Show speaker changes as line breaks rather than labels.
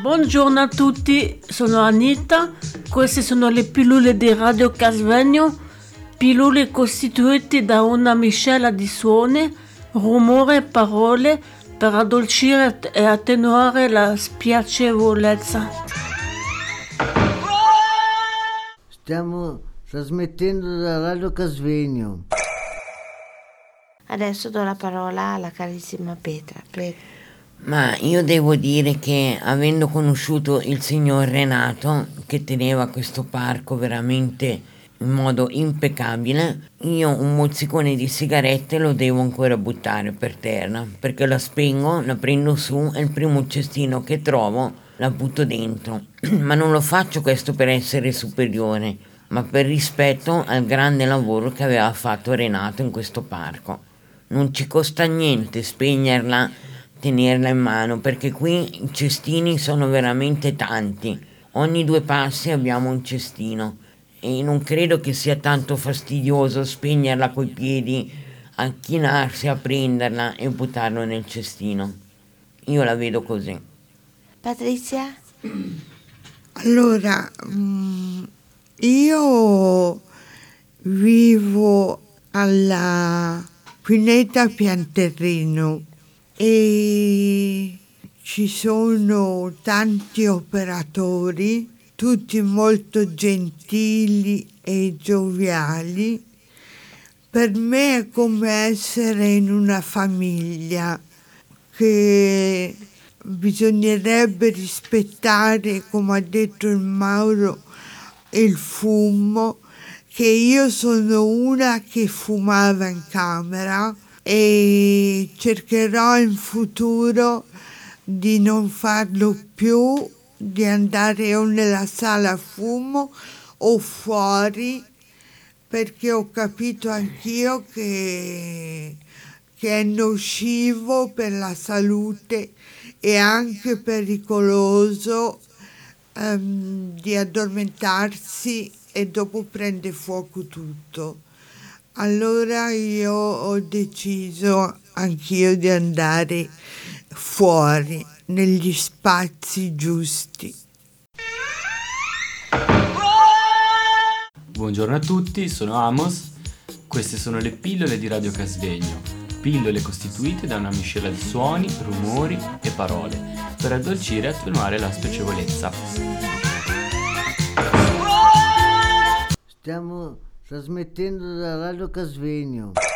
Buongiorno a tutti, sono Anita, queste sono le pillole di Radio Casvegno, pillole costituite da una miscela di suoni, rumore e parole per addolcire e attenuare la spiacevolezza.
Stiamo trasmettendo da Radio Casvegno.
Adesso do la parola alla carissima Petra, prego.
Ma io devo dire che avendo conosciuto il signor Renato, che teneva questo parco veramente in modo impeccabile, io un mozzicone di sigarette lo devo ancora buttare per terra, perché la spengo, la prendo su e il primo cestino che trovo la butto dentro. Ma non lo faccio questo per essere superiore, ma per rispetto al grande lavoro che aveva fatto Renato in questo parco. Non ci costa niente spegnerla, tenerla in mano, perché qui i cestini sono veramente tanti. Ogni 2 passi abbiamo un cestino e non credo che sia tanto fastidioso spegnerla coi piedi, acchinarsi a prenderla e buttarlo nel cestino. Io la vedo così.
Patrizia?
Allora, io vivo alla Pineta Pianterrino e ci sono tanti operatori, tutti molto gentili e gioviali. Per me è come essere in una famiglia che bisognerebbe rispettare, come ha detto il Mauro, il fumo, che io sono una che fumava in camera e cercherò in futuro di non farlo più, di andare o nella sala fumo o fuori, perché ho capito anch'io che è nocivo per la salute e anche pericoloso di addormentarsi e dopo prende fuoco tutto. Allora io ho deciso anch'io di andare fuori, negli spazi giusti.
Buongiorno a tutti, sono Amos. Queste sono le pillole di Radio Casvegno. Pillole costituite da una miscela di suoni, rumori e parole per addolcire e attenuare la spiacevolezza.
Stiamo trasmettendo da Radio Casvegno.